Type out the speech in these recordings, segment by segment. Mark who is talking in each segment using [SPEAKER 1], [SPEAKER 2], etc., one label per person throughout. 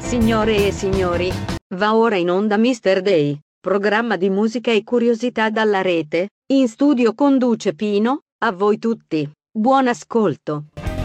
[SPEAKER 1] Signore e signori, va ora in onda Mr. Day, programma di musica e curiosità dalla rete. In studio conduce Pino. A voi tutti, buon ascolto.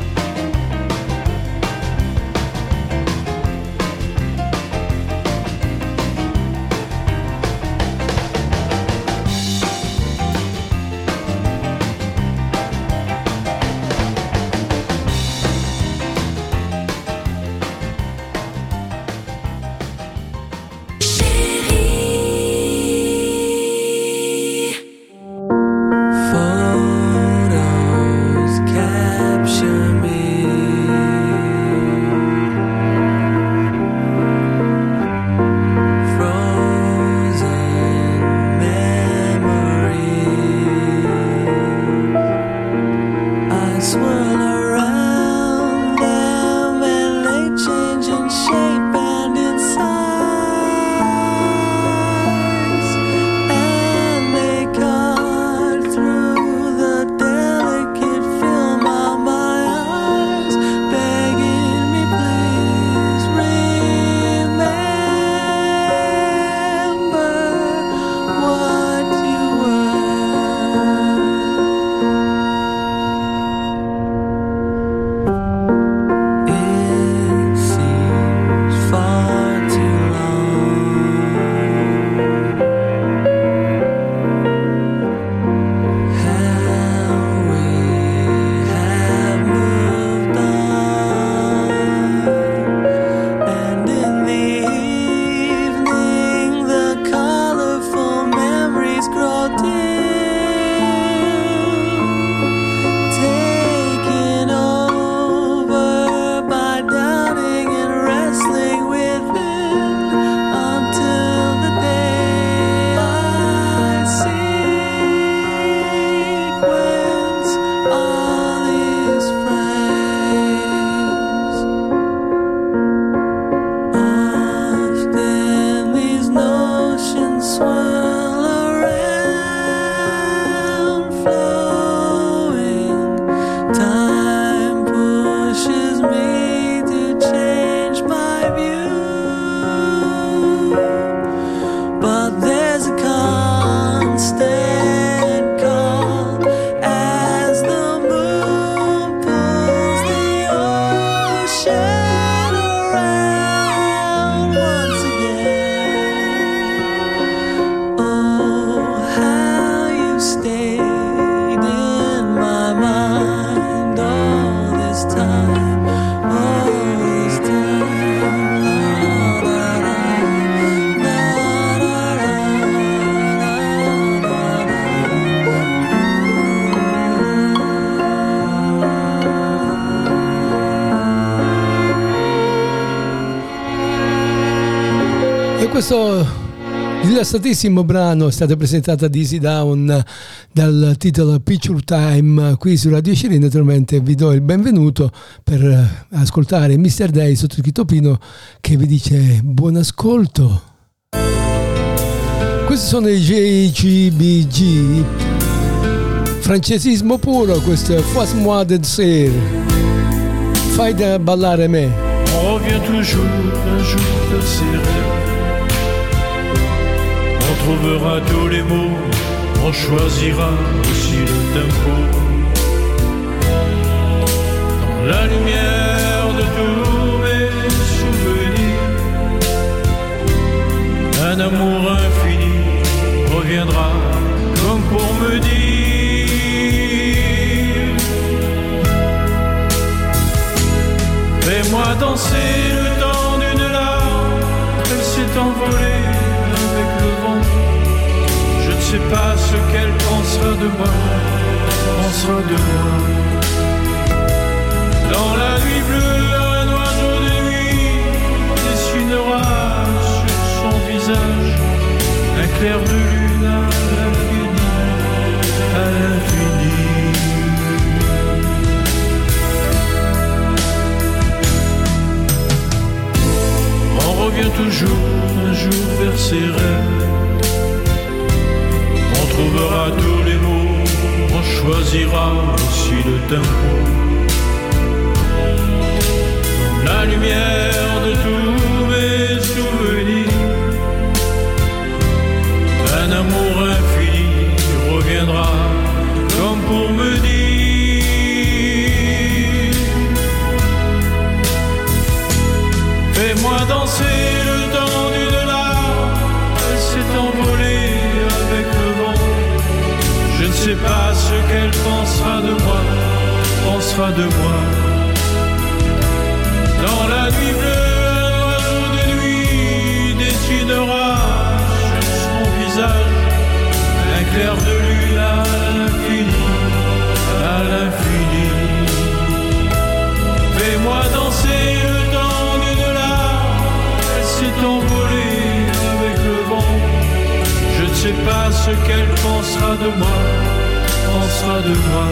[SPEAKER 2] Questo rilassatissimo brano è stato presentato ad Easy Down dal titolo Picture Time qui su Radio Ciri. Naturalmente vi do il benvenuto per ascoltare Mr. Day sottoscritto Pino che vi dice buon ascolto. Questi sono i JGBG, francesismo puro, questo è Fais-moi danser, fai da ballare me.
[SPEAKER 3] On revient toujours un jour vers ces rêves. On trouvera tous les mots, on choisira aussi le tempo. Dans la lumière de tous mes souvenirs, un amour infini reviendra comme pour me dire: fais-moi danser le temps d'une larme, elle s'est envolée avec le vent. Je ne sais pas ce qu'elle pensera de moi, pensera de moi. Dans la nuit bleue, un oiseau de nuit dessinera sur son visage un clair de lune à l'infini, à l'infini. On revient toujours un jour vers ses rêves. On trouvera tous les mots, on choisira aussi le tempo. Dans la lumière de tous mes Fais-moi danser le temps d'une larme, elle s'est envolée avec le vent. Je ne sais pas ce qu'elle pensera de moi, Dans la nuit bleue, un oiseau de nuit dessinera sur son visage un clair de lune à l'infini. Fais-moi danser le temps d'une larme, elle s'est envolée avec le vent. Je ne sais pas ce qu'elle pensera de moi, pensera de moi.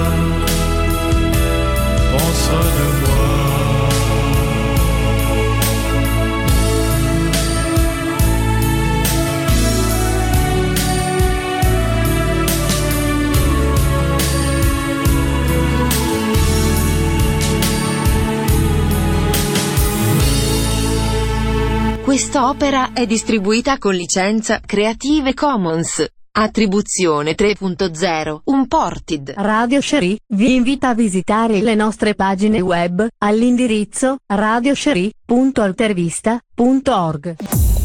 [SPEAKER 4] Questa opera è distribuita con licenza Creative Commons. Attribuzione 3.0 Unported.
[SPEAKER 5] Radio Cherie vi invita a visitare le nostre pagine web all'indirizzo radiocherie.altervista.org.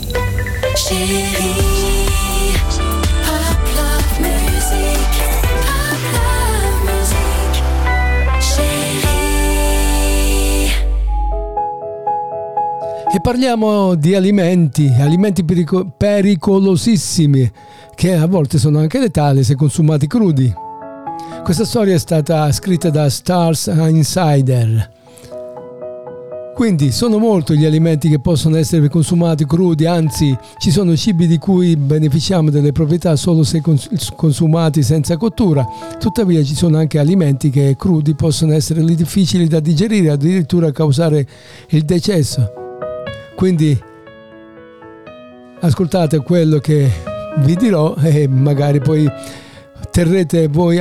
[SPEAKER 2] E parliamo di alimenti pericolosissimi, che a volte sono anche letali se consumati crudi. Questa storia è stata scritta da Stars Insider. Quindi sono molti gli alimenti che possono essere consumati crudi, anzi ci sono cibi di cui beneficiamo delle proprietà solo se consumati senza cottura. Tuttavia ci sono anche alimenti che crudi possono essere difficili da digerire, addirittura causare il decesso. Quindi ascoltate quello che vi dirò e magari poi terrete voi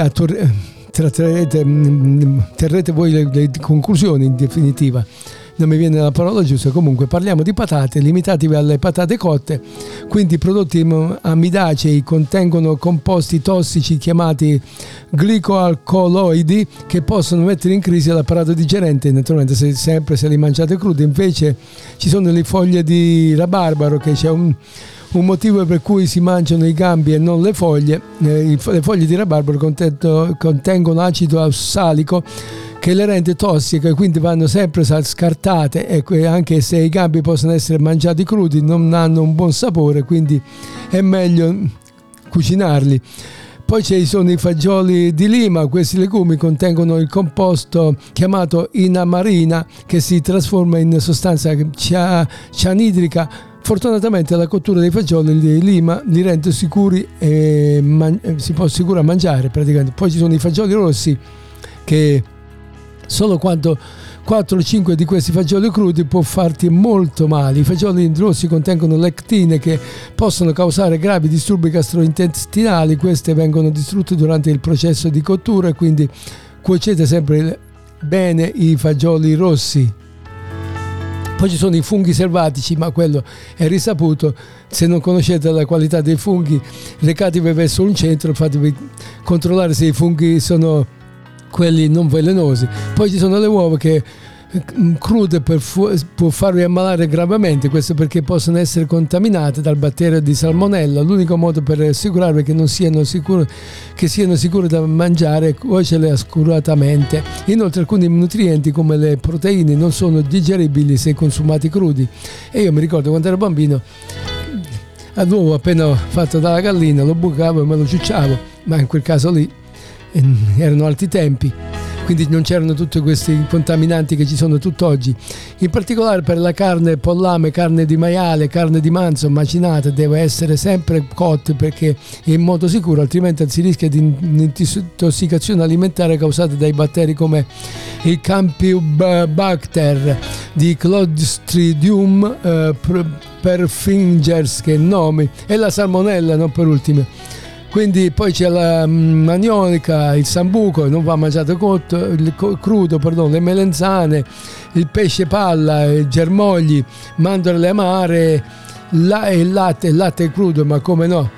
[SPEAKER 2] le conclusioni in definitiva. Non mi viene la parola giusta. Comunque parliamo di patate, limitatevi alle patate cotte. Quindi i prodotti amidacei contengono composti tossici chiamati glicoalcoloidi che possono mettere in crisi l'apparato digerente, naturalmente sempre se li mangiate crudi. Invece ci sono le foglie di rabarbaro, che c'è un motivo per cui si mangiano i gambi e non le foglie. Le foglie di rabarbaro contengono acido ossalico che le rende tossiche, quindi vanno sempre scartate, e anche se i gambi possono essere mangiati crudi non hanno un buon sapore, quindi è meglio cucinarli. Poi ci sono i fagioli di Lima. Questi legumi contengono il composto chiamato inamarina, che si trasforma in sostanza cianidrica. Fortunatamente la cottura dei fagioli di Lima li rende sicuri e si può sicuro mangiare praticamente. Poi ci sono i fagioli rossi, che solo quando 4 o 5 di questi fagioli crudi può farti molto male. I fagioli rossi contengono lectine che possono causare gravi disturbi gastrointestinali. Queste vengono distrutte durante il processo di cottura, e quindi cuocete sempre bene i fagioli rossi. Poi ci sono i funghi selvatici, ma quello è risaputo. Se non conoscete la qualità dei funghi, recatevi verso un centro, fatevi controllare se i funghi sono quelli non velenosi. Poi ci sono le uova che crude può farvi ammalare gravemente, questo perché possono essere contaminate dal batterio di salmonella. L'unico modo per assicurarvi che siano sicure da mangiare è cuocerle accuratamente. Inoltre alcuni nutrienti come le proteine non sono digeribili se consumati crudi, e io mi ricordo quando ero bambino all'uovo appena fatto dalla gallina lo bucavo e me lo ciucciavo, ma in quel caso lì erano altri tempi, quindi non c'erano tutti questi contaminanti che ci sono tutt'oggi. In particolare per la carne pollame, carne di maiale, carne di manzo macinata deve essere sempre cotta, perché è in modo sicuro, altrimenti si rischia di intossicazione alimentare causata dai batteri come il Campylobacter di Clostridium perfringens, che nomi, e la salmonella, non per ultime. Quindi poi c'è la manioca, il sambuco, non va mangiato crudo, le melenzane, il pesce palla, i germogli, mandorle amare, il latte crudo, ma come no,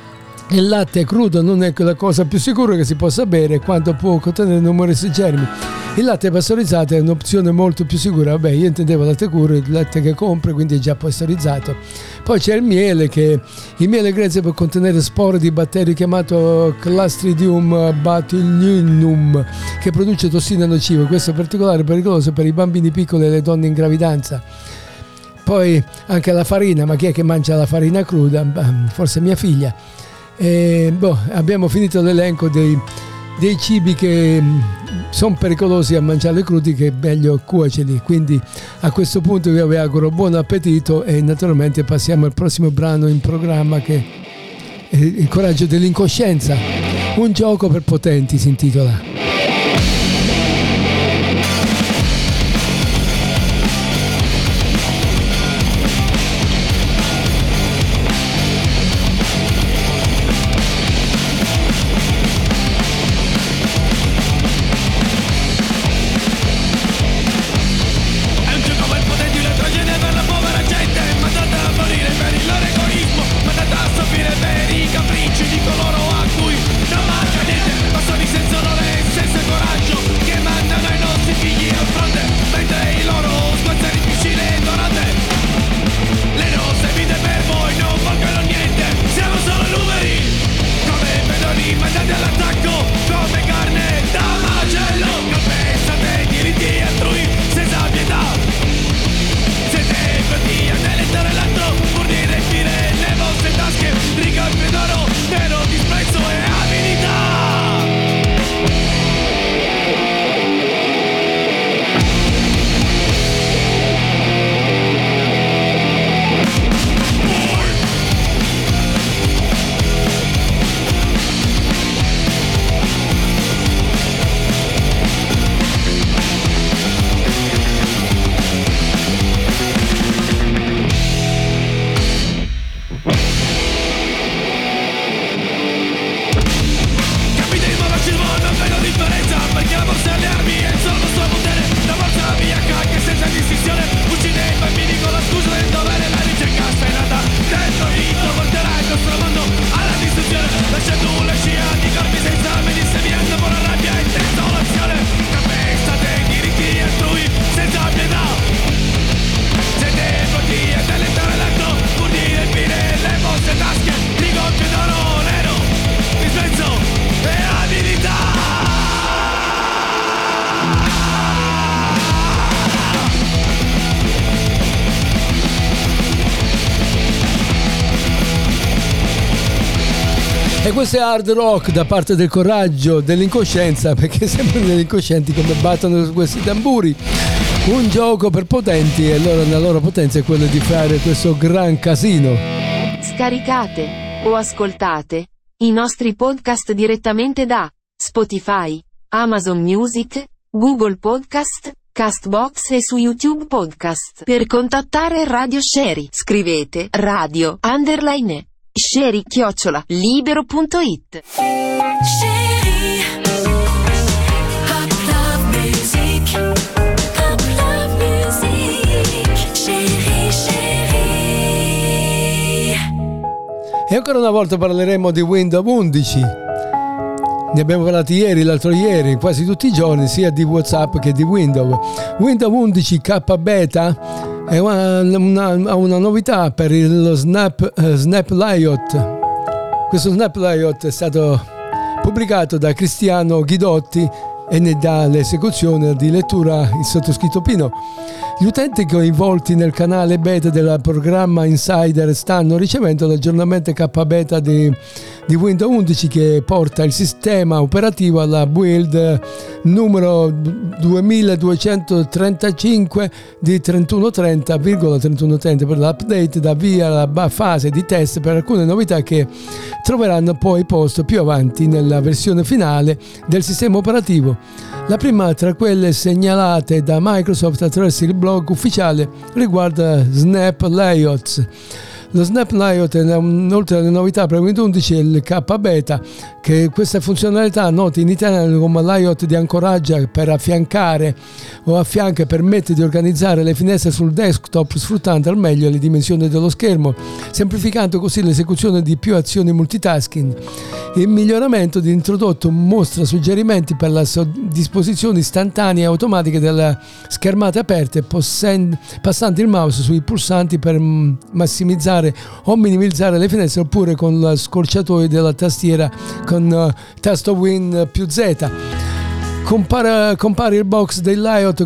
[SPEAKER 2] Il latte crudo non è la cosa più sicura che si possa bere, quanto può contenere numerosi germi. Il latte pastorizzato è un'opzione molto più sicura. Vabbè, io intendevo latte crudo, il latte che compri, quindi è già pastorizzato. Poi c'è il miele, che il miele grezzo può contenere spore di batteri chiamato Clostridium botulinum, che produce tossine nocive. Questo è particolare pericoloso per i bambini piccoli e le donne in gravidanza. Poi anche la farina, ma chi è che mangia la farina cruda? Forse mia figlia. Abbiamo finito l'elenco dei cibi che sono pericolosi a mangiare crudi, che è meglio cuocerli. Quindi a questo punto io vi auguro buon appetito e naturalmente passiamo al prossimo brano in programma, che è Il coraggio dell'incoscienza, un gioco per potenti si intitola. E questo è hard rock da parte del coraggio dell'incoscienza, perché sembrano degli incoscienti come battono su questi tamburi. Un gioco per potenti, e la loro potenza è quella di fare questo gran casino.
[SPEAKER 4] Scaricate o ascoltate i nostri podcast direttamente da Spotify, Amazon Music, Google Podcast, Castbox e su YouTube Podcast. Per contattare Radio Sherry scrivete radio_Sherry@libero.it.
[SPEAKER 6] Chérie, Pop Love Music, Pop Love Music, Chérie, Chérie.
[SPEAKER 2] E ancora una volta parleremo di Windows 11. Ne abbiamo parlato ieri, l'altro ieri, quasi tutti i giorni, sia di WhatsApp che di Windows. Windows 11 K Beta è una novità per lo Snap Layout. Questo Snap Layout è stato pubblicato da Cristiano Ghidotti e ne dà l'esecuzione di lettura il sottoscritto Pino. Gli utenti coinvolti nel canale beta del programma Insider stanno ricevendo l'aggiornamento K beta di Windows 11, che porta il sistema operativo alla build numero 2235 di 3130,3130 per l'update da via la fase di test per alcune novità che troveranno poi posto più avanti nella versione finale del sistema operativo. La prima tra quelle segnalate da Microsoft attraverso il blog ufficiale riguarda Snap Layouts. Lo Snap Lyout è oltre alle novità per il Windows 11 è il K Beta, che questa funzionalità noti in italiano come layout di ancoraggio per affiancare o affianca, permette di organizzare le finestre sul desktop sfruttando al meglio le dimensioni dello schermo, semplificando così l'esecuzione di più azioni multitasking. Il miglioramento di introdotto mostra suggerimenti per la disposizione istantanea e automatica delle schermate aperte, passando il mouse sui pulsanti per massimizzare o minimizzare le finestre, oppure con la scorciatoia della tastiera con tasto Win più Z. Compare il box del layout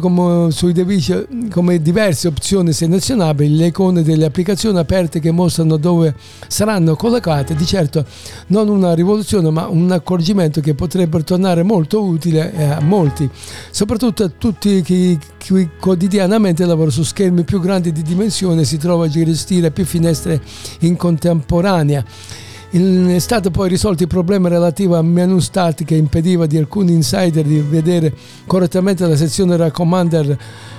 [SPEAKER 2] come diverse opzioni selezionabili, le icone delle applicazioni aperte che mostrano dove saranno collocate. Di certo non una rivoluzione, ma un accorgimento che potrebbe tornare molto utile a molti, soprattutto a tutti chi quotidianamente lavora su schermi più grandi di dimensione, si trova a gestire più finestre in contemporanea. È stato poi risolto il problema relativo al menu start che impediva di alcuni insider di vedere correttamente la sezione raccomanded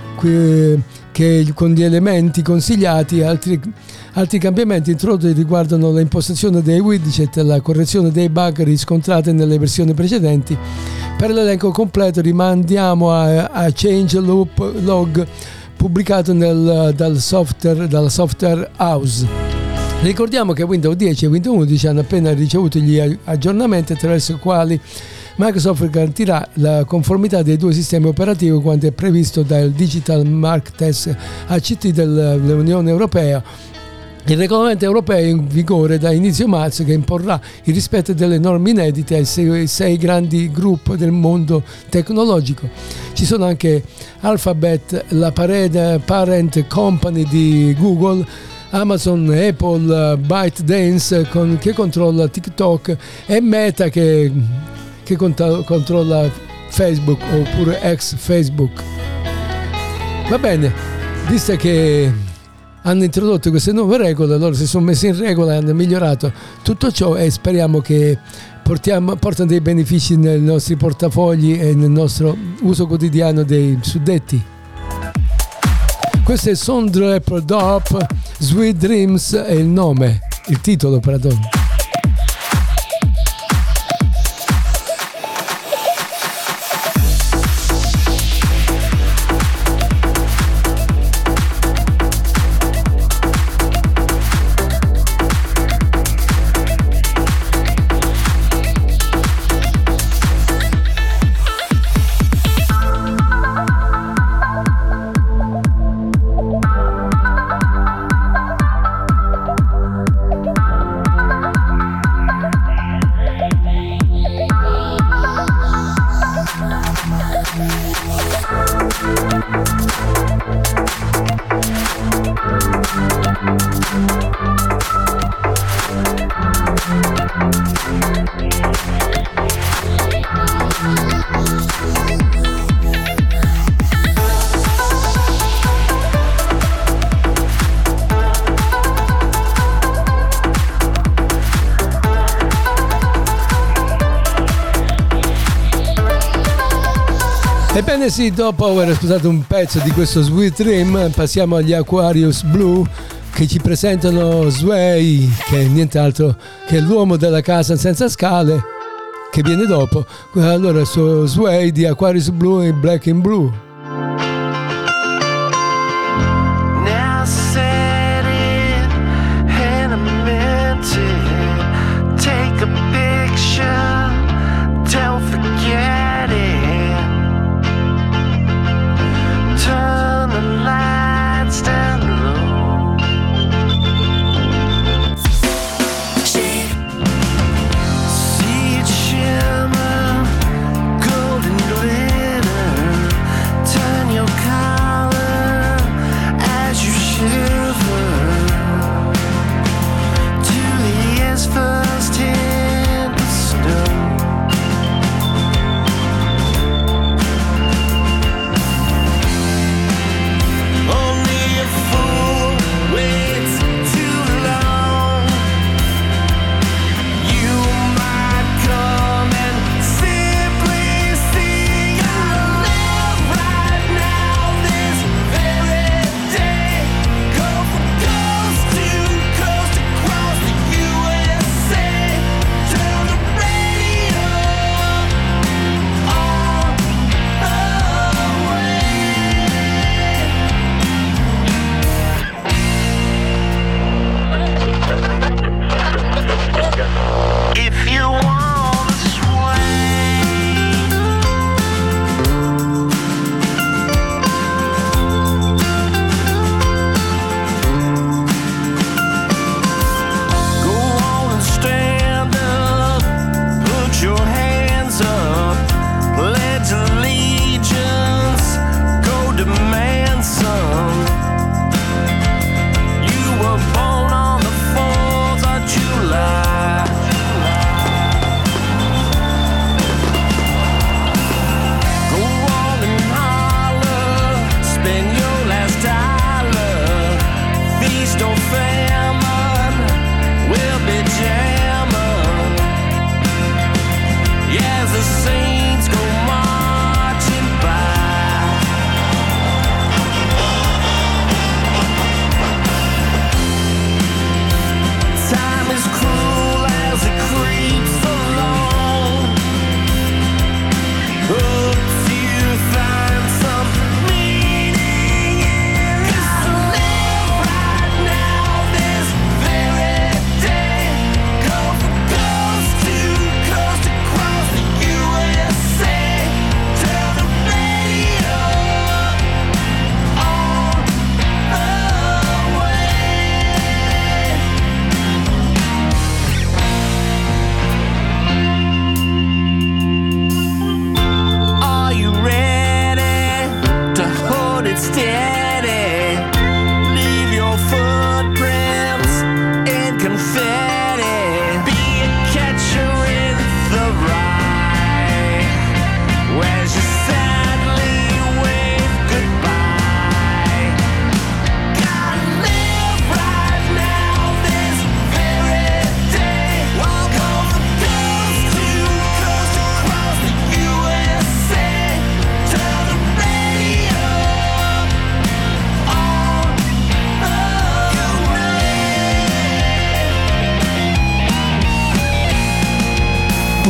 [SPEAKER 2] che con gli elementi consigliati. Altri cambiamenti introdotti riguardano l'impostazione dei widget e la correzione dei bug riscontrati nelle versioni precedenti. Per l'elenco completo rimandiamo a Change Loop Log pubblicato dalla Software House. Ricordiamo che Windows 10 e Windows 11 hanno appena ricevuto gli aggiornamenti attraverso i quali Microsoft garantirà la conformità dei due sistemi operativi quanto è previsto dal Digital Market Test ACT dell'Unione Europea. Il regolamento europeo è in vigore da inizio marzo, che imporrà il rispetto delle norme inedite ai sei grandi gruppi del mondo tecnologico. Ci sono anche Alphabet, la parent company di Google, Amazon, Apple, ByteDance che controlla TikTok e Meta che controlla Facebook oppure ex Facebook. Va bene, visto che hanno introdotto queste nuove regole, loro si sono messi in regola e hanno migliorato tutto ciò e speriamo che portano dei benefici nei nostri portafogli e nel nostro uso quotidiano dei suddetti. Questo è Sondrep Dop, Sweet Dreams è il nome, il titolo, pardon. Ebbene sì, dopo aver ascoltato un pezzo di questo Sweet Dream, passiamo agli Aquarius Blue che ci presentano Sway, che è nient'altro che l'uomo della casa senza scale, che viene dopo. Allora, Sway di Aquarius Blue e Black and Blue.
[SPEAKER 7] Shimmer, golden glitter, turn your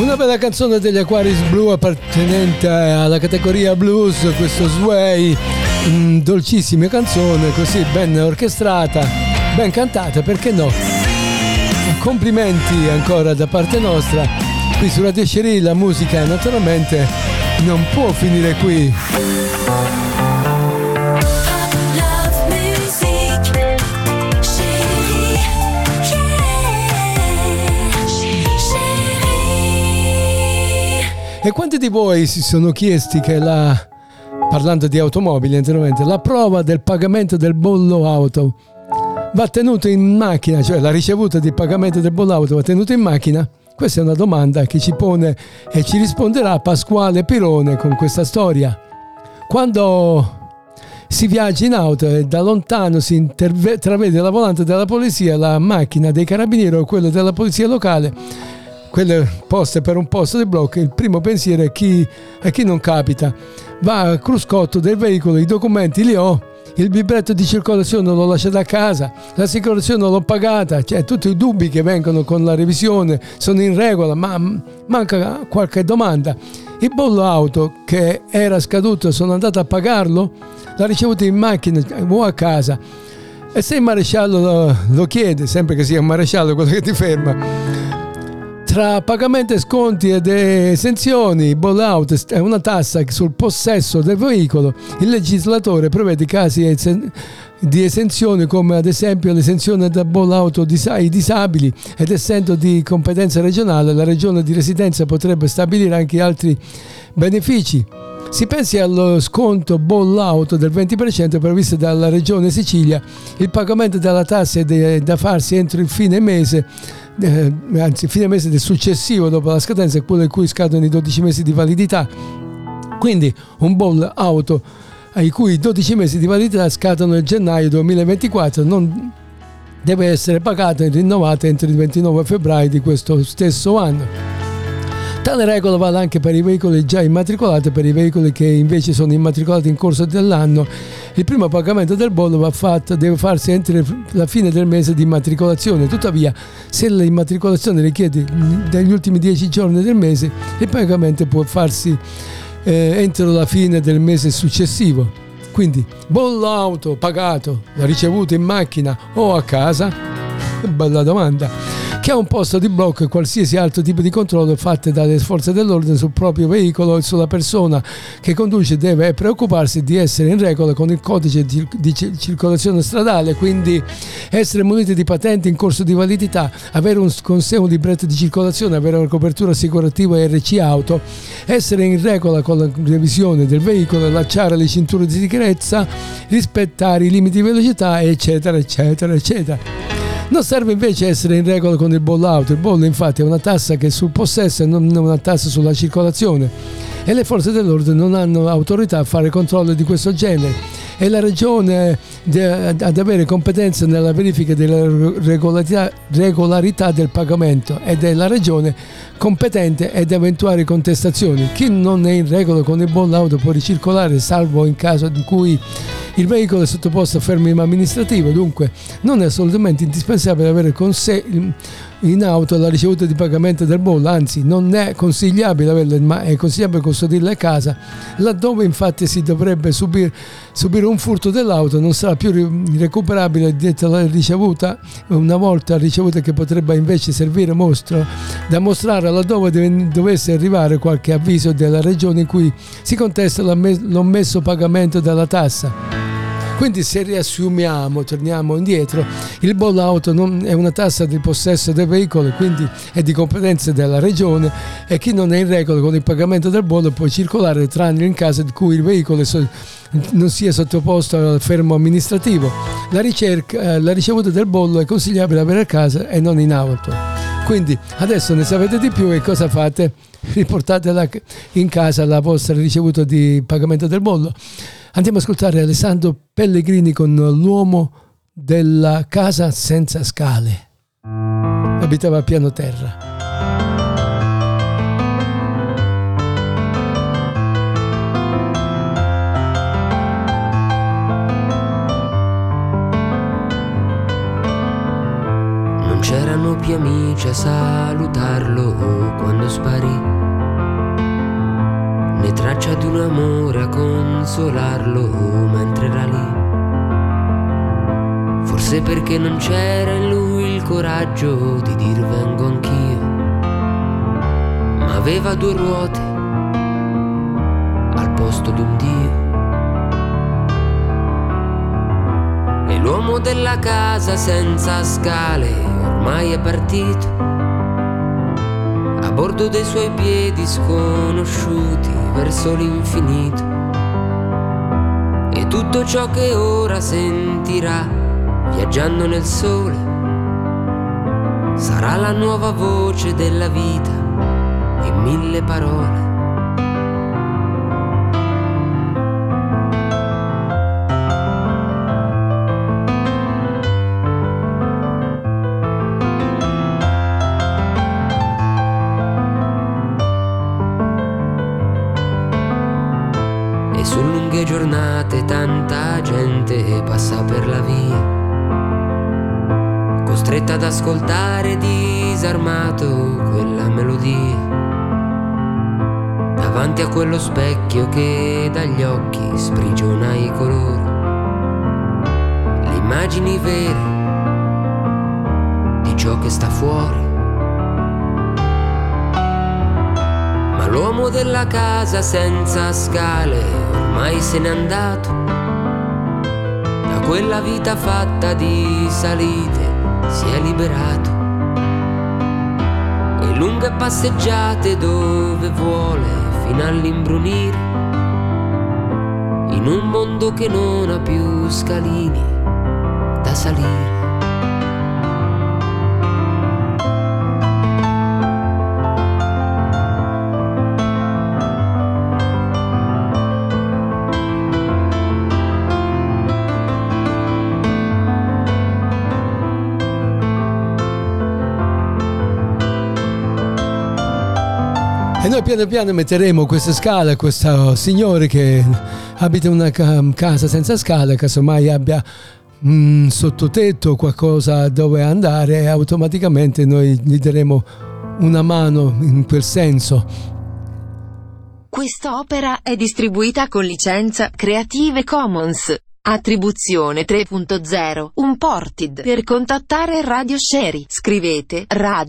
[SPEAKER 2] Una bella canzone degli Aquarius Blue appartenente alla categoria blues, questo Sway, dolcissima canzone, così ben orchestrata, ben cantata, perché no? Complimenti ancora da parte nostra. Qui su Radio Cherie la musica naturalmente non può finire qui. E quanti di voi si sono chiesti che parlando di automobili naturalmente, la prova del pagamento del bollo auto va tenuto in macchina, cioè la ricevuta di pagamento del bollo auto va tenuto in macchina? Questa è una domanda che ci pone e ci risponderà Pasquale Pirone con questa storia. Quando si viaggia in auto e da lontano si intravede la volante della polizia, la macchina dei carabinieri o quella della polizia locale, quelle poste per un posto di blocco, il primo pensiero è a chi non capita. Va al cruscotto del veicolo, i documenti li ho, il libretto di circolazione l'ho lasciato a casa, l'assicurazione l'ho pagata, cioè tutti i dubbi che vengono con la revisione sono in regola, ma manca qualche domanda. Il bollo auto che era scaduto, sono andato a pagarlo, l'ha ricevuto in macchina o a casa. E se il maresciallo lo chiede, sempre che sia un maresciallo quello che ti ferma, tra pagamento e sconti ed esenzioni, bollo auto è una tassa sul possesso del veicolo. Il legislatore prevede casi di esenzione come ad esempio l'esenzione da bollo auto ai disabili, ed essendo di competenza regionale la regione di residenza potrebbe stabilire anche altri benefici. Si pensi allo sconto bollo auto del 20% previsto dalla regione Sicilia. Il pagamento della tassa è da farsi entro il fine mese del successivo dopo la scadenza, quello in cui scadono i 12 mesi di validità. Quindi un bollo auto ai cui 12 mesi di validità scadono nel gennaio 2024 non deve essere pagato e rinnovato entro il 29 febbraio di questo stesso anno. Tale regola vale anche per i veicoli già immatricolati. Per i veicoli che invece sono immatricolati in corso dell'anno, il primo pagamento del bollo deve farsi entro la fine del mese di immatricolazione. Tuttavia, se l'immatricolazione richiede negli ultimi 10 giorni del mese, il pagamento può farsi entro la fine del mese successivo. Quindi, bollo auto pagato, la ricevuta in macchina o a casa? Bella domanda. Che ha un posto di blocco e qualsiasi altro tipo di controllo fatte dalle forze dell'ordine sul proprio veicolo e sulla persona che conduce deve preoccuparsi di essere in regola con il codice di circolazione stradale, quindi essere muniti di patente in corso di validità, avere con sé un libretto di circolazione, avere una copertura assicurativa RC auto, essere in regola con la revisione del veicolo, allacciare le cinture di sicurezza, rispettare i limiti di velocità, eccetera eccetera eccetera. Non serve invece essere in regola con il bollo auto. Il bollo infatti è una tassa che è sul possesso e non una tassa sulla circolazione, e le forze dell'ordine non hanno autorità a fare controlli di questo genere. È la regione ad avere competenza nella verifica della regolarità del pagamento, ed è la regione competente ed eventuali contestazioni. Chi non è in regola con il bollo auto può ricircolare salvo in caso in cui il veicolo è sottoposto a fermo amministrativo. Dunque non è assolutamente indispensabile avere con sé in auto la ricevuta di pagamento del bollo, anzi non è consigliabile averla, ma è consigliabile custodirla a casa. Laddove infatti si dovrebbe subire un furto dell'auto, non sarà più recuperabile detta la ricevuta, una volta ricevuta, che potrebbe invece servire da mostrare laddove dovesse arrivare qualche avviso della regione in cui si contesta l'omesso pagamento della tassa. Quindi se riassumiamo, torniamo indietro, il bollo auto è una tassa di possesso del veicolo, quindi è di competenza della regione, e chi non è in regola con il pagamento del bollo può circolare tranne in caso in cui il veicolo non sia sottoposto al fermo amministrativo. La ricevuta del bollo è consigliabile avere a casa e non in auto. Quindi adesso ne sapete di più, e cosa fate? Riportatela in casa la vostra ricevuta di pagamento del bollo. Andiamo ad ascoltare Alessandro Pellegrini con L'uomo della casa senza scale. Abitava a piano terra.
[SPEAKER 7] Non c'è c'erano più amici a salutarlo quando sparì, né traccia di un amore a consolarlo mentre era lì. Forse perché non c'era in lui il coraggio di dir vengo anch'io, ma aveva due ruote al posto d'un Dio. E l'uomo della casa senza scale ormai è partito, a bordo dei suoi piedi sconosciuti verso l'infinito. E tutto ciò che ora sentirà viaggiando nel sole sarà la nuova voce della vita in 1000 parole. E su lunghe giornate tanta gente passa per la via, costretta ad ascoltare disarmato quella melodia, davanti a quello specchio che dagli occhi sprigiona i colori, le immagini vere di ciò che sta fuori. Ma l'uomo della casa senza scale ormai se n'è andato, da quella vita fatta di salite si è liberato, e lunghe passeggiate dove vuole fino all'imbrunire, in un mondo che non ha più scalini da salire.
[SPEAKER 2] E noi piano piano metteremo questa scala a questo signore che abita una casa senza scala, casomai abbia un sottotetto, qualcosa dove andare, e automaticamente noi gli daremo una mano in quel senso.
[SPEAKER 4] Quest'opera è distribuita con licenza Creative Commons. Attribuzione 3.0 Unported. Per contattare Radio Sherry scrivete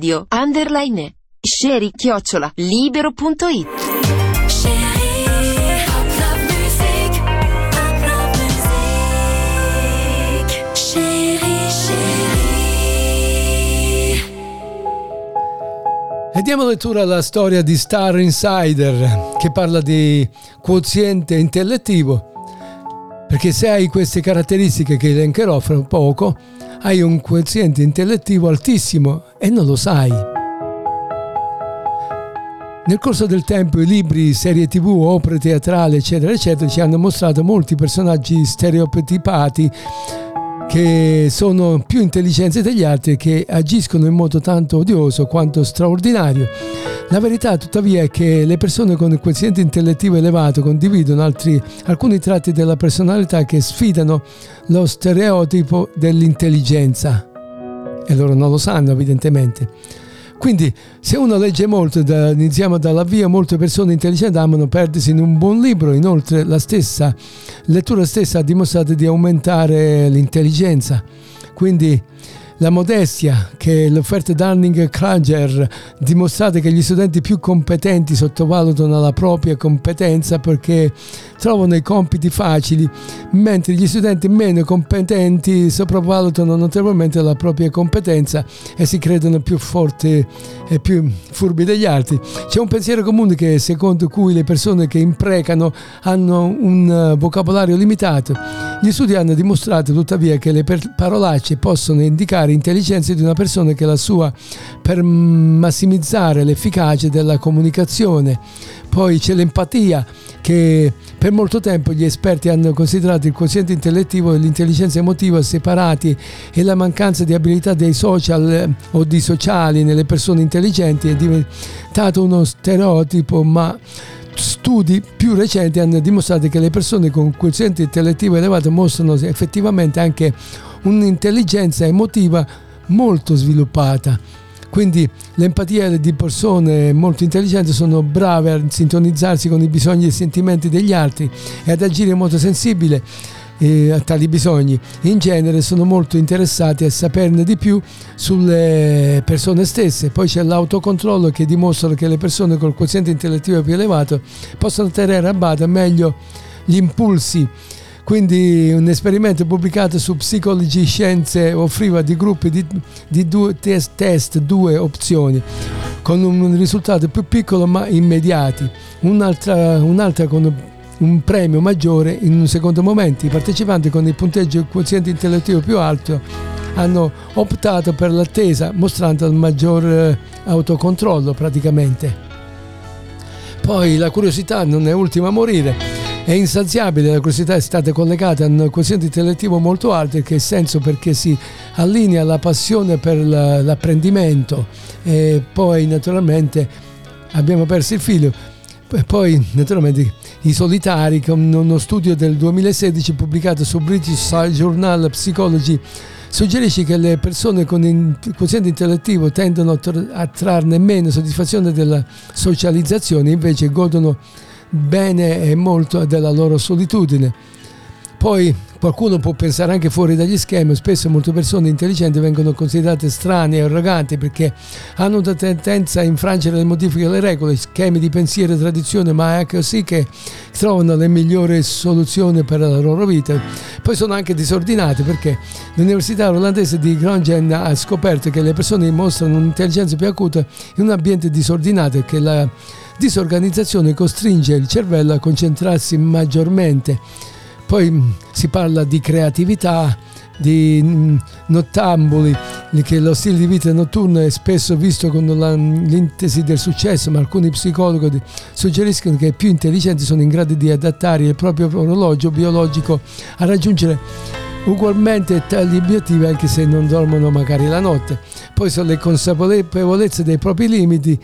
[SPEAKER 4] radio_Sherry@libero.it.
[SPEAKER 6] Chérie, hop love music, hop love music. Chérie, chérie.
[SPEAKER 2] E diamo lettura alla storia di Star Insider, che parla di quoziente intellettivo, perché se hai queste caratteristiche che elencherò fra poco, hai un quoziente intellettivo altissimo e non lo sai. Nel corso del tempo i libri, serie tv, opere teatrali, eccetera, eccetera, ci hanno mostrato molti personaggi stereotipati che sono più intelligenti degli altri e che agiscono in modo tanto odioso quanto straordinario. La verità, tuttavia, è che le persone con il quoziente intellettivo elevato condividono alcuni tratti della personalità che sfidano lo stereotipo dell'intelligenza. E loro non lo sanno, evidentemente. Quindi, se uno legge molto, iniziamo dall'avvio, molte persone intelligenti amano perdersi in un buon libro. Inoltre, la stessa lettura stessa ha dimostrato di aumentare l'intelligenza. Quindi, la modestia, che l'offerta Dunning-Kruger dimostrate che gli studenti più competenti sottovalutano la propria competenza perché trovano i compiti facili, mentre gli studenti meno competenti sopravvalutano notevolmente la propria competenza e si credono più forti e più furbi degli altri. C'è un pensiero comune secondo cui le persone che imprecano hanno un vocabolario limitato. Gli studi hanno dimostrato tuttavia che le parolacce possono indicare intelligenza di una persona che la sua per massimizzare l'efficacia della comunicazione. Poi c'è l'empatia, che per molto tempo gli esperti hanno considerato il quoziente intellettivo e l'intelligenza emotiva separati, e la mancanza di abilità dei social o di sociali nelle persone intelligenti è diventato uno stereotipo, ma studi più recenti hanno dimostrato che le persone con quoziente intellettivo elevato mostrano effettivamente anche un'intelligenza emotiva molto sviluppata. Quindi l'empatia di persone molto intelligenti sono brave a sintonizzarsi con i bisogni e i sentimenti degli altri e ad agire in modo sensibile a tali bisogni. In genere sono molto interessati a saperne di più sulle persone stesse. Poi c'è l'autocontrollo, che dimostra che le persone col quoziente intellettivo più elevato possono tenere a bada meglio gli impulsi. Quindi un esperimento pubblicato su Psychology Scienze offriva di gruppi di due test due opzioni con un risultato più piccolo ma immediati, un'altra con un premio maggiore in un secondo momento. I partecipanti con il punteggio e quoziente intellettivo più alto hanno optato per l'attesa, mostrando il maggior autocontrollo praticamente. Poi la curiosità non è ultima a morire. È insaziabile, la curiosità è stata collegata a un quoziente intellettivo molto alto, che senso perché si allinea alla passione per l'apprendimento. E poi naturalmente abbiamo perso il filo. Poi naturalmente i solitari, con uno studio del 2016 pubblicato su British Journal Psychology, suggerisce che le persone con il quoziente intellettivo tendono a trarne meno soddisfazione della socializzazione, invece godono bene e molto della loro solitudine. Poi qualcuno può pensare anche fuori dagli schemi. Spesso molte persone intelligenti vengono considerate strane e arroganti perché hanno una tendenza a infrangere le modifiche alle regole, schemi di pensiero e tradizione, ma è così che trovano le migliori soluzioni per la loro vita. Poi sono anche disordinati perché l'università olandese di Groningen ha scoperto che le persone mostrano un'intelligenza più acuta in un ambiente disordinato e che la disorganizzazione costringe il cervello a concentrarsi maggiormente. Poi si parla di creatività, di nottambuli, che lo stile di vita notturno è spesso visto con l'intesi del successo, ma alcuni psicologi suggeriscono che i più intelligenti sono in grado di adattare il proprio orologio biologico a raggiungere ugualmente tali obiettivi anche se non dormono magari la notte. Poi sono le consapevolezze dei propri limiti,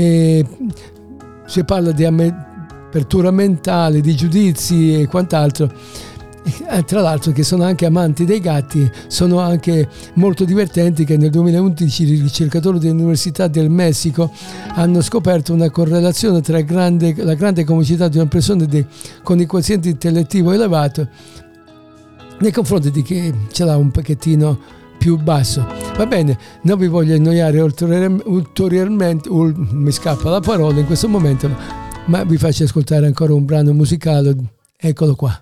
[SPEAKER 2] si parla di apertura mentale, di giudizi e quant'altro. Tra l'altro che sono anche amanti dei gatti. Sono anche molto divertenti che nel 2011 i ricercatori dell'Università del Messico hanno scoperto una correlazione tra la grande comicità di una persona con il quoziente intellettivo elevato nei confronti di chi ce l'ha un pochettino più basso. Va bene, non vi voglio annoiare ulteriormente, mi scappa la parola in questo momento, ma vi faccio ascoltare ancora un brano musicale. Eccolo qua.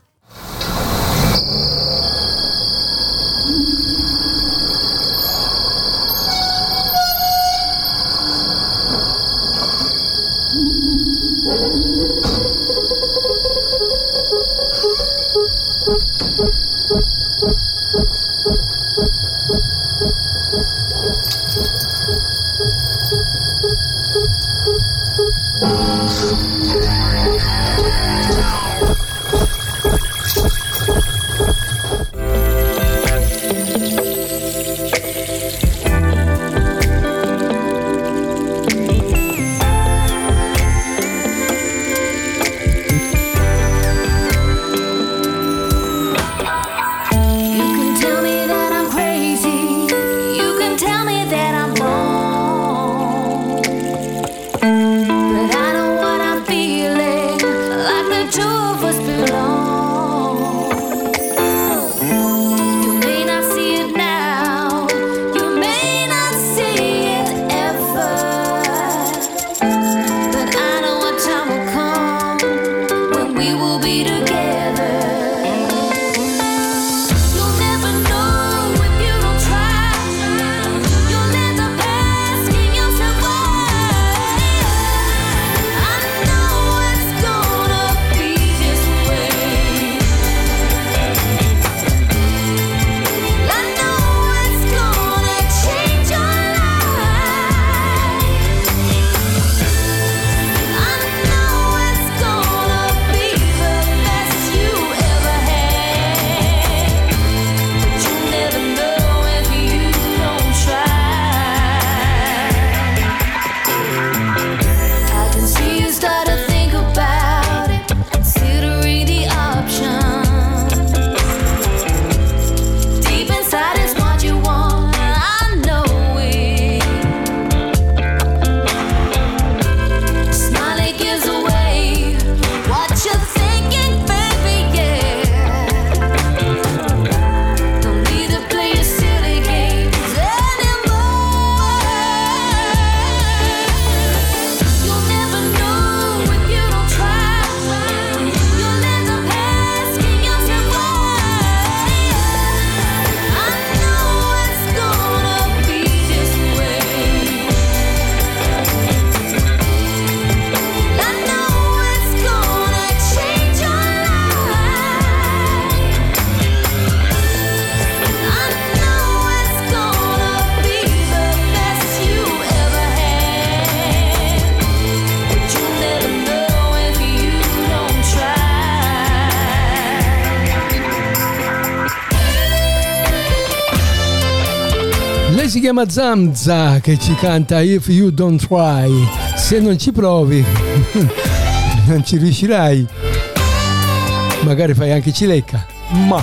[SPEAKER 2] Lei si chiama Zamza, che ci canta If You Don't Try. Se non ci provi non ci riuscirai. Magari fai anche cilecca, ma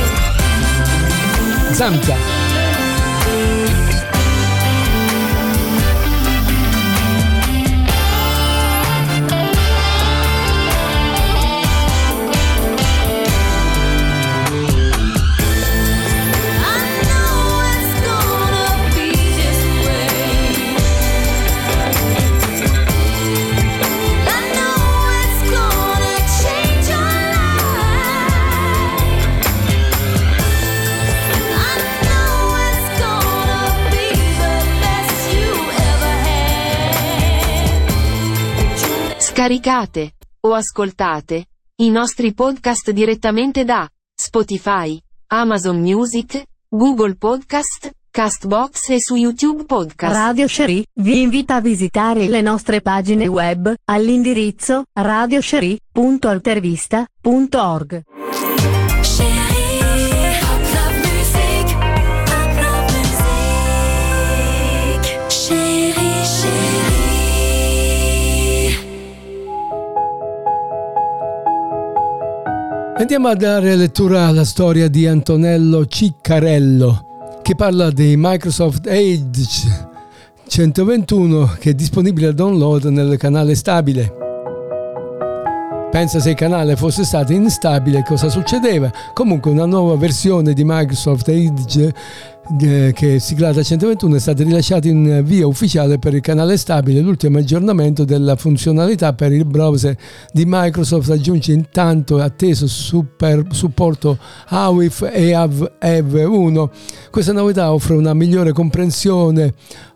[SPEAKER 2] Zamza.
[SPEAKER 4] Scaricate o ascoltate i nostri podcast direttamente da Spotify, Amazon Music, Google Podcast, Castbox e su YouTube Podcast.
[SPEAKER 5] Radio Sherry vi invita a visitare le nostre pagine web all'indirizzo radiosherry.altervista.org.
[SPEAKER 2] Andiamo a dare lettura alla storia di Antonello Ciccarello, che parla di Microsoft Edge 121, che è disponibile a download nel canale stabile. Pensa se il canale fosse stato instabile cosa succedeva. Comunque una nuova versione di Microsoft Edge che è siglata 121 è stata rilasciata in via ufficiale per il canale stabile. L'ultimo aggiornamento della funzionalità per il browser di Microsoft aggiunge intanto atteso supporto AWIF e AV1. Questa novità offre una migliore compressione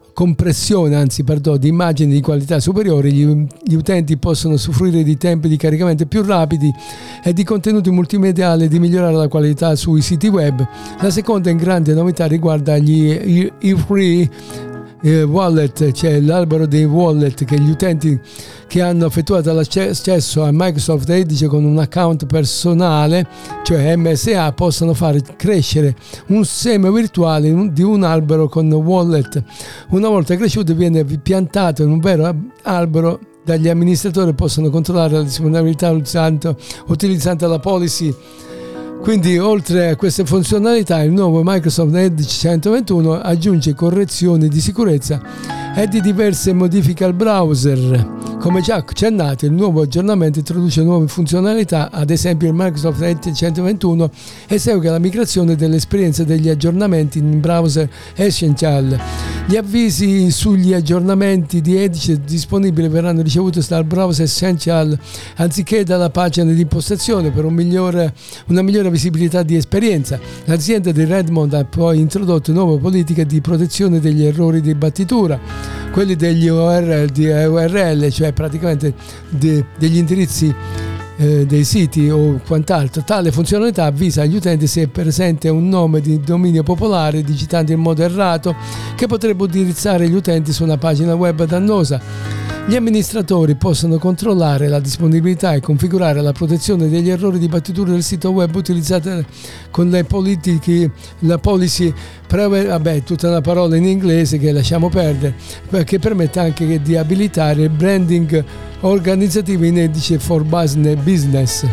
[SPEAKER 2] di immagini di qualità superiore. Gli utenti possono usufruire di tempi di caricamento più rapidi e di contenuti multimediali e di migliorare la qualità sui siti web. La seconda grande novità riguarda gli free wallet, cioè l'albero dei wallet, che gli utenti che hanno effettuato l'accesso a Microsoft Edge con un account personale, cioè MSA, possono fare crescere un seme virtuale di un albero con wallet. Una volta cresciuto viene piantato in un vero albero. Dagli amministratori possono controllare la disponibilità utilizzando la policy. Quindi, oltre a queste funzionalità, il nuovo Microsoft Edge 121 aggiunge correzioni di sicurezza e di diverse modifiche al browser. Come già accennato, il nuovo aggiornamento introduce nuove funzionalità, ad esempio il Microsoft Edge 121 esegue la migrazione dell'esperienza degli aggiornamenti in browser Essential. Gli avvisi sugli aggiornamenti di Edge disponibili verranno ricevuti dal browser Essential anziché dalla pagina di impostazione per una migliore visibilità di esperienza. L'azienda di Redmond ha poi introdotto nuove politiche di protezione degli errori di battitura, quelli degli URL, cioè praticamente degli indirizzi dei siti o quant'altro. Tale funzionalità avvisa agli utenti se è presente un nome di dominio popolare digitando in modo errato che potrebbe indirizzare gli utenti su una pagina web dannosa. Gli amministratori possono controllare la disponibilità e configurare la protezione degli errori di battitura del sito web utilizzate con le politiche, la policy, tutta una parola in inglese che lasciamo perdere, che permette anche di abilitare il branding organizzativo in Edge for Business.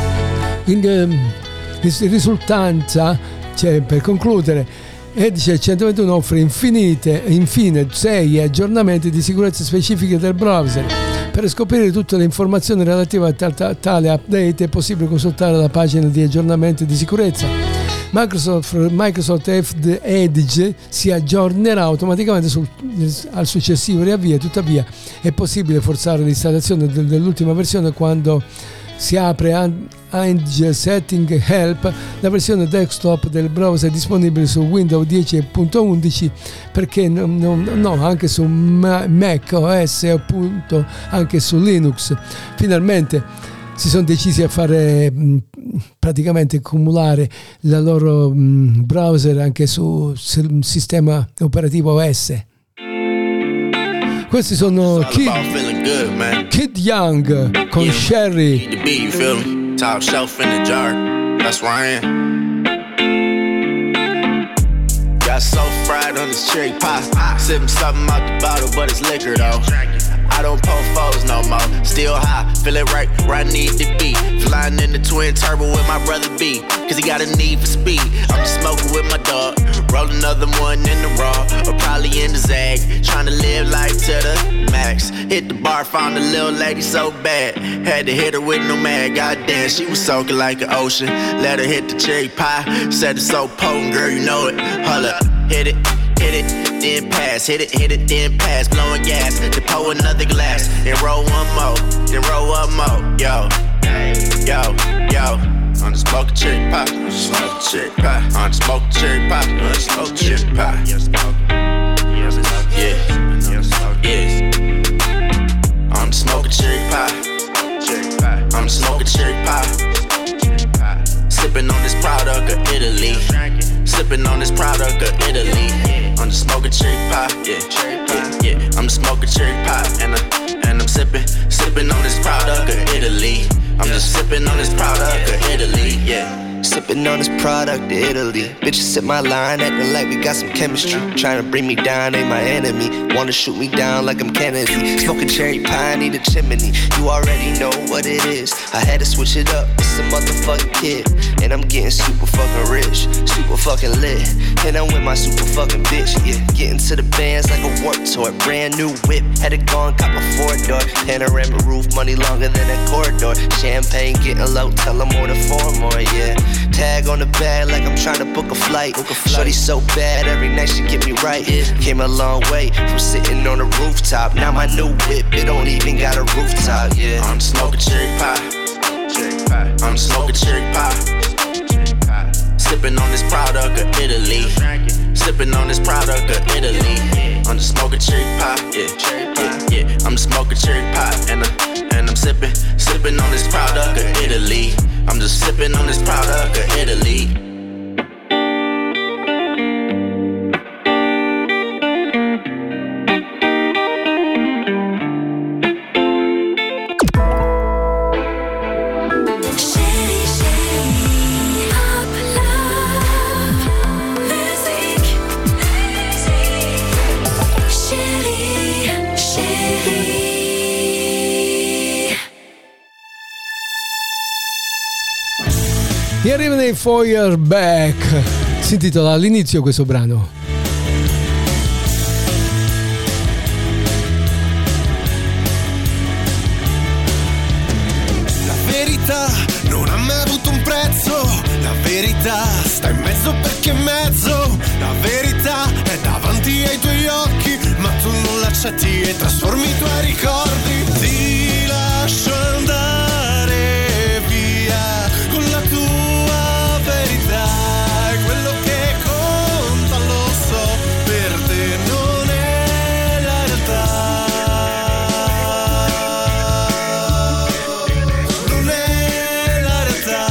[SPEAKER 2] In risultanza, per concludere, Edge 121 offre infine 6 aggiornamenti di sicurezza specifiche del browser. Per scoprire tutte le informazioni relative a tale update è possibile consultare la pagina di aggiornamenti di sicurezza. Microsoft Edge si aggiornerà automaticamente al successivo riavvio. Tuttavia è possibile forzare l'installazione dell'ultima versione quando si apre Edge Setting Help, la versione desktop del browser disponibile su Windows 10.11, perché no, anche su Mac OS, appunto, anche su Linux. Finalmente si sono decisi a fare praticamente accumulare la loro browser anche sul sistema operativo OS. Questi sono Kid Young con Sherry.
[SPEAKER 8] Top shelf in the jar, that's where I am. got so fried on this cherry pie. Sipping something out the bottle, but it's liquor though. I don't pull foes no more. Still high, feeling right where I need to be. Flying in the twin turbo with my brother B, cause he got a need for speed. I'm just smoking with my dog, roll another one in the raw, or probably in the Zag. Trying to live life to the max. Hit the bar, found a little lady so bad, had to hit her with no mag. Goddamn, she was soaking like an ocean. Let her hit the cherry pie, said it's so potent, girl, you know it. Hold up, hit it, then pass. Hit it, then pass. Blowing gas, then pour another glass. Then roll one more, then roll one more. Yo, yo, yo. On the smoke cherry pie, smoke cherry pie. On the smoke cherry pie, on the smoke cherry pie. Yeah, yeah. I'm smoking cherry pie. I'm smoking cherry pie. Sipping on this product of Italy. Sipping on this product of Italy. I'm just smoking cherry pie, yeah. I'm smoking cherry pie, and I'm sipping on this product of Italy. I'm just sipping on this product of Italy, yeah. Sipping on this product of Italy. Bitches sip my line, acting like we got some chemistry. Trying to bring me down, ain't my enemy. Wanna shoot me down like I'm Kennedy. Smoking cherry pie, need a chimney. You already know what it is. I had to switch it up, it's a motherfucking kid. And I'm getting super fucking rich, super fucking lit. And I'm with my super fucking bitch, yeah. Getting to the bands like a Warped Tour. Brand new whip, had it gone, cop a 4-door. Panorama roof, money longer than a corridor. Champagne getting low, tell them order 4 more, yeah. Tag on the bag like I'm trying to book a flight. Shorty so bad, every night she get me right. Came a long way from sitting on the rooftop. Now my new whip, it don't even got a rooftop, yeah. I'm smoking cherry pie. I'm smoking cherry pie. Sipping on this product of Italy. Sipping on this product of Italy. I'm just smoking cherry pie, yeah. I'm smoking cherry pie, and I'm sipping on this product of Italy. I'm just sipping on this product of Italy.
[SPEAKER 2] E arrivano i Feuerback. Si intitola all'inizio questo brano.
[SPEAKER 9] La verità non ha mai avuto un prezzo. La verità sta in mezzo perché è mezzo. La verità è davanti ai tuoi occhi, ma tu non l'accetti e trasformi i tuoi ricordi. Ti lascio andare via con la tua verità. È quello che conta, lo so, per te non è la realtà. Non è la realtà.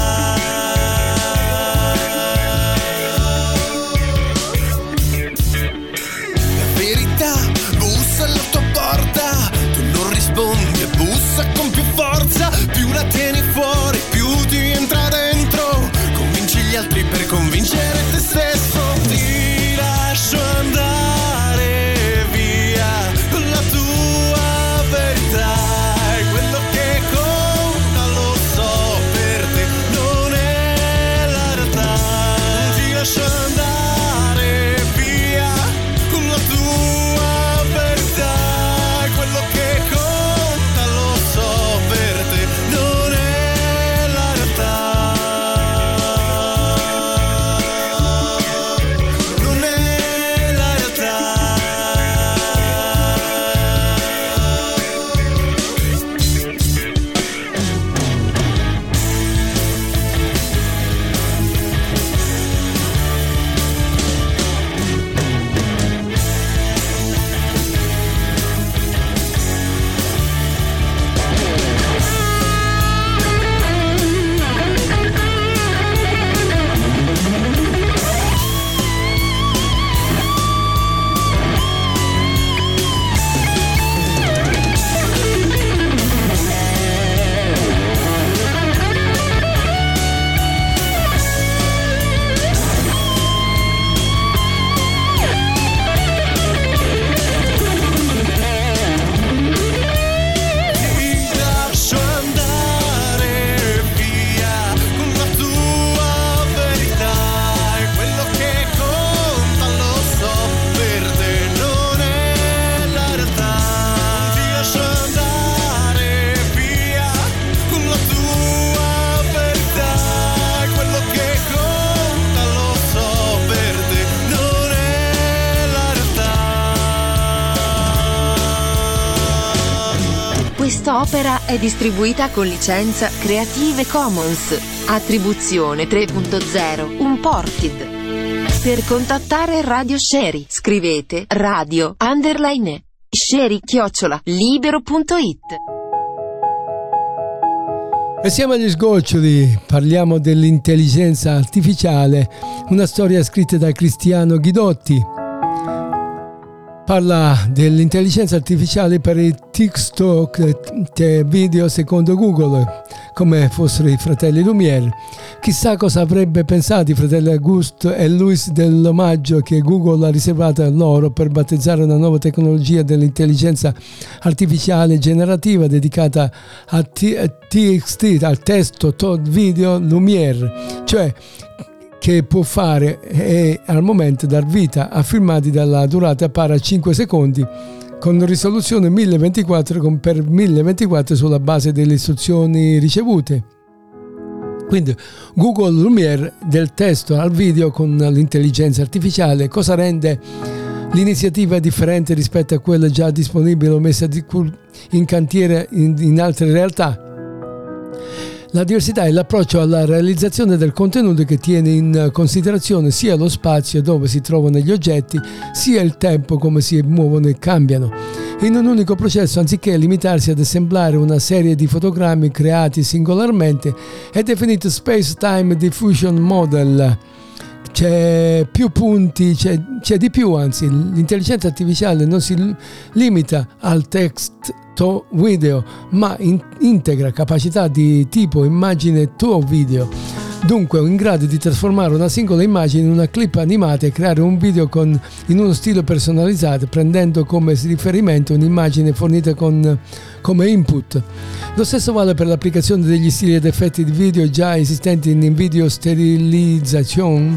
[SPEAKER 9] La verità bussa alla tua porta, tu non rispondi
[SPEAKER 4] Quest'opera è distribuita con licenza Creative Commons, attribuzione 3.0 Unported. Per contattare Radio Sherry scrivete radio_sherry@libero.it.
[SPEAKER 2] E siamo agli sgoccioli, parliamo dell'intelligenza artificiale, una storia scritta da Cristiano Ghidotti. Parla dell'intelligenza artificiale per i TikTok video secondo Google, come fossero i fratelli Lumière. Chissà cosa avrebbe pensato i fratelli Auguste e Louis dell'omaggio che Google ha riservato a loro per battezzare una nuova tecnologia dell'intelligenza artificiale generativa dedicata a TXT, al testo video Lumière, cioè che può fare e al momento dar vita a filmati dalla durata pari a 5 secondi con risoluzione 1024 per 1024 sulla base delle istruzioni ricevute. Quindi Google Lumière del testo al video con l'intelligenza artificiale. Cosa rende l'iniziativa differente rispetto a quella già disponibile o messa in cantiere in altre realtà? La diversità è l'approccio alla realizzazione del contenuto che tiene in considerazione sia lo spazio dove si trovano gli oggetti, sia il tempo come si muovono e cambiano. In un unico processo, anziché limitarsi ad assemblare una serie di fotogrammi creati singolarmente, è definito Space-Time Diffusion Model. C'è più punti, c'è di più, anzi, l'intelligenza artificiale non si limita al text video, ma integra capacità di tipo immagine video. Dunque è in grado di trasformare una singola immagine in una clip animata e creare un video in uno stile personalizzato, prendendo come riferimento un'immagine fornita come input. Lo stesso vale per l'applicazione degli stili ed effetti di video già esistenti in video sterilization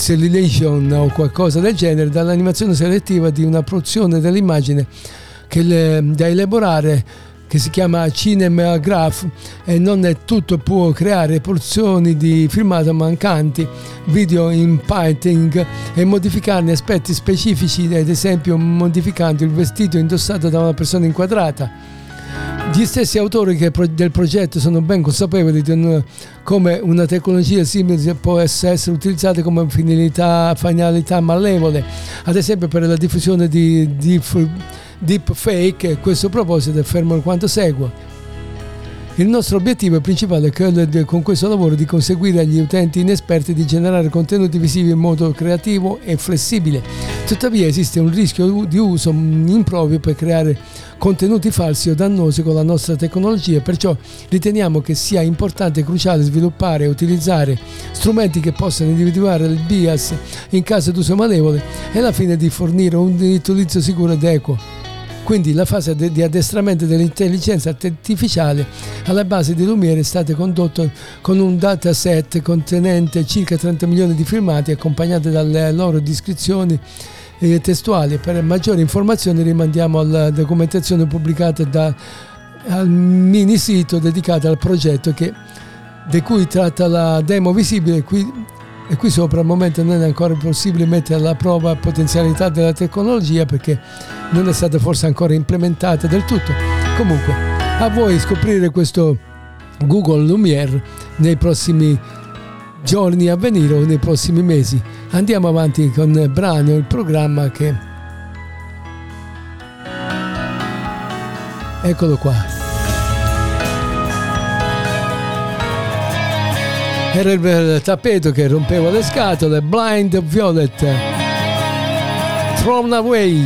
[SPEAKER 2] o qualcosa del genere, dall'animazione selettiva di una porzione dell'immagine da elaborare, che si chiama Cinemagraph, e non è tutto, può creare porzioni di filmato mancanti, video in painting e modificarne aspetti specifici, ad esempio modificando il vestito indossato da una persona inquadrata. Gli stessi autori del progetto sono ben consapevoli di come una tecnologia simile può essere utilizzata come finalità malevole, ad esempio per la diffusione di deepfake. A questo proposito affermo quanto segue. Il nostro obiettivo principale è quello con questo lavoro di conseguire agli utenti inesperti di generare contenuti visivi in modo creativo e flessibile. Tuttavia esiste un rischio di uso improprio per creare contenuti falsi o dannosi con la nostra tecnologia, perciò riteniamo che sia importante e cruciale sviluppare e utilizzare strumenti che possano individuare il bias in caso d'uso malevole e alla fine di fornire un utilizzo sicuro ed equo. Quindi la fase di addestramento dell'intelligenza artificiale alla base di Lumière è stata condotta con un dataset contenente circa 30 milioni di filmati accompagnati dalle loro descrizioni testuali. Per maggiori informazioni rimandiamo alla documentazione pubblicata al mini sito dedicato al progetto di cui tratta la demo visibile qui sopra. Al momento non è ancora possibile mettere alla prova la potenzialità della tecnologia perché non è stata forse ancora implementata del tutto. Comunque, a voi scoprire questo Google Lumière nei prossimi giorni a venire o nei prossimi mesi. Andiamo avanti con il brano, il programma che... Eccolo qua. Era il tappeto che rompeva le scatole. Blind Violet, Thrown Away.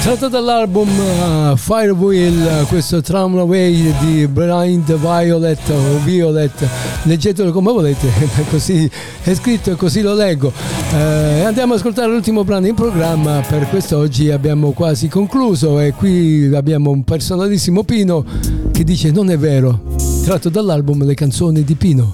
[SPEAKER 2] Tratto dall'album Firewheel, questo Thrown Away di Blind Violet o Violet, leggetelo come volete, così è scritto e così lo leggo. Andiamo ad ascoltare l'ultimo brano in programma. Per quest'oggi abbiamo quasi concluso e qui abbiamo un personalissimo Pino che dice non è vero, tratto dall'album Le canzoni di Pino.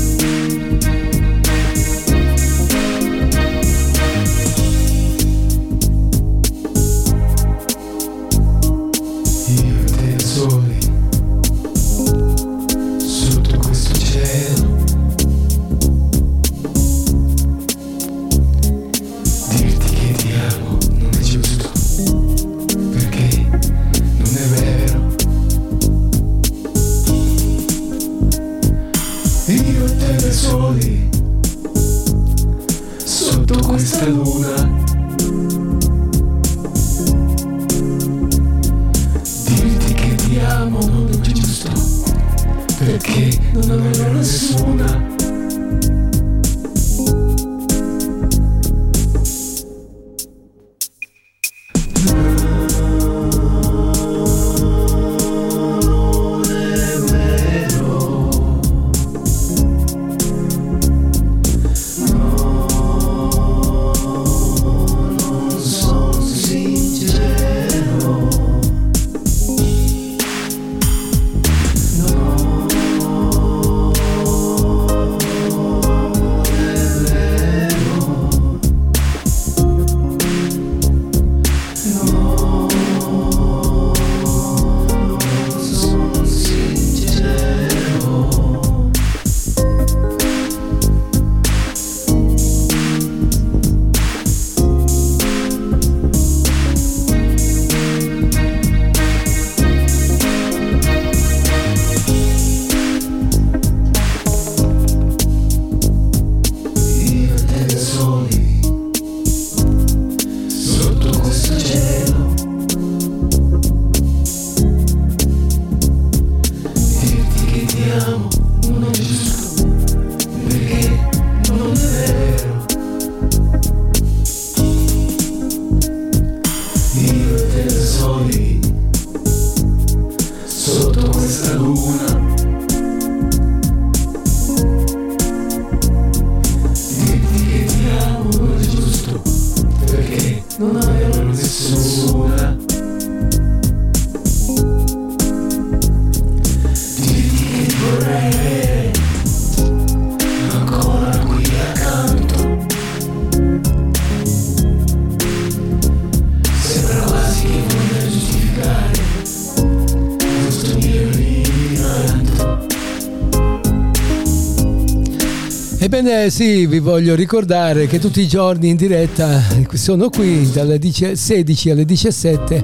[SPEAKER 2] Ebbene sì, vi voglio ricordare che tutti i giorni in diretta sono qui dalle 16 alle 17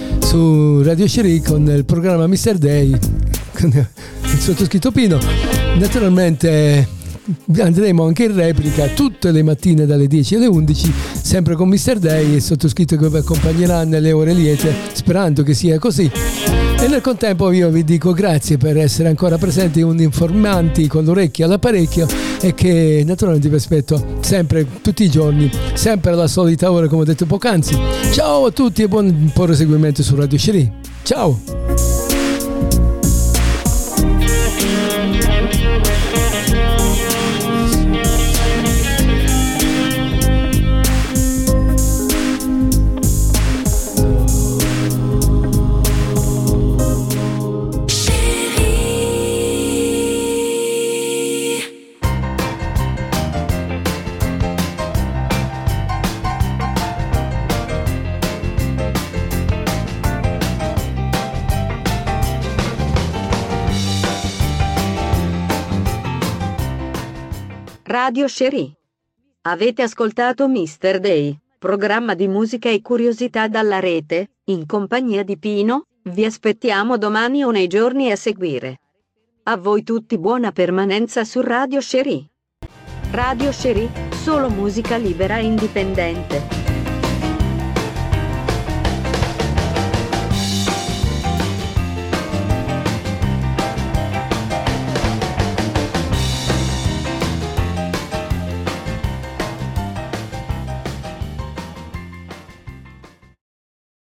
[SPEAKER 2] su Radio Cherie con il programma Mr. Day con il sottoscritto Pino. Naturalmente andremo anche in replica tutte le mattine dalle 10 alle 11 sempre con Mr. Day e il sottoscritto che vi accompagnerà nelle ore liete, sperando che sia così. E nel contempo io vi dico grazie per essere ancora presenti, informanti con l'orecchio all'apparecchio, e che naturalmente vi aspetto sempre, tutti i giorni, sempre alla solita ora come ho detto poc'anzi. Ciao a tutti e buon proseguimento su Radio Cherie. Ciao!
[SPEAKER 1] Radio Cherie. Avete ascoltato Mr. Day, programma di musica e curiosità dalla rete, in compagnia di Pino. Vi aspettiamo domani o nei giorni a seguire. A voi tutti buona permanenza su Radio Cherie. Radio Cherie, solo musica libera e indipendente.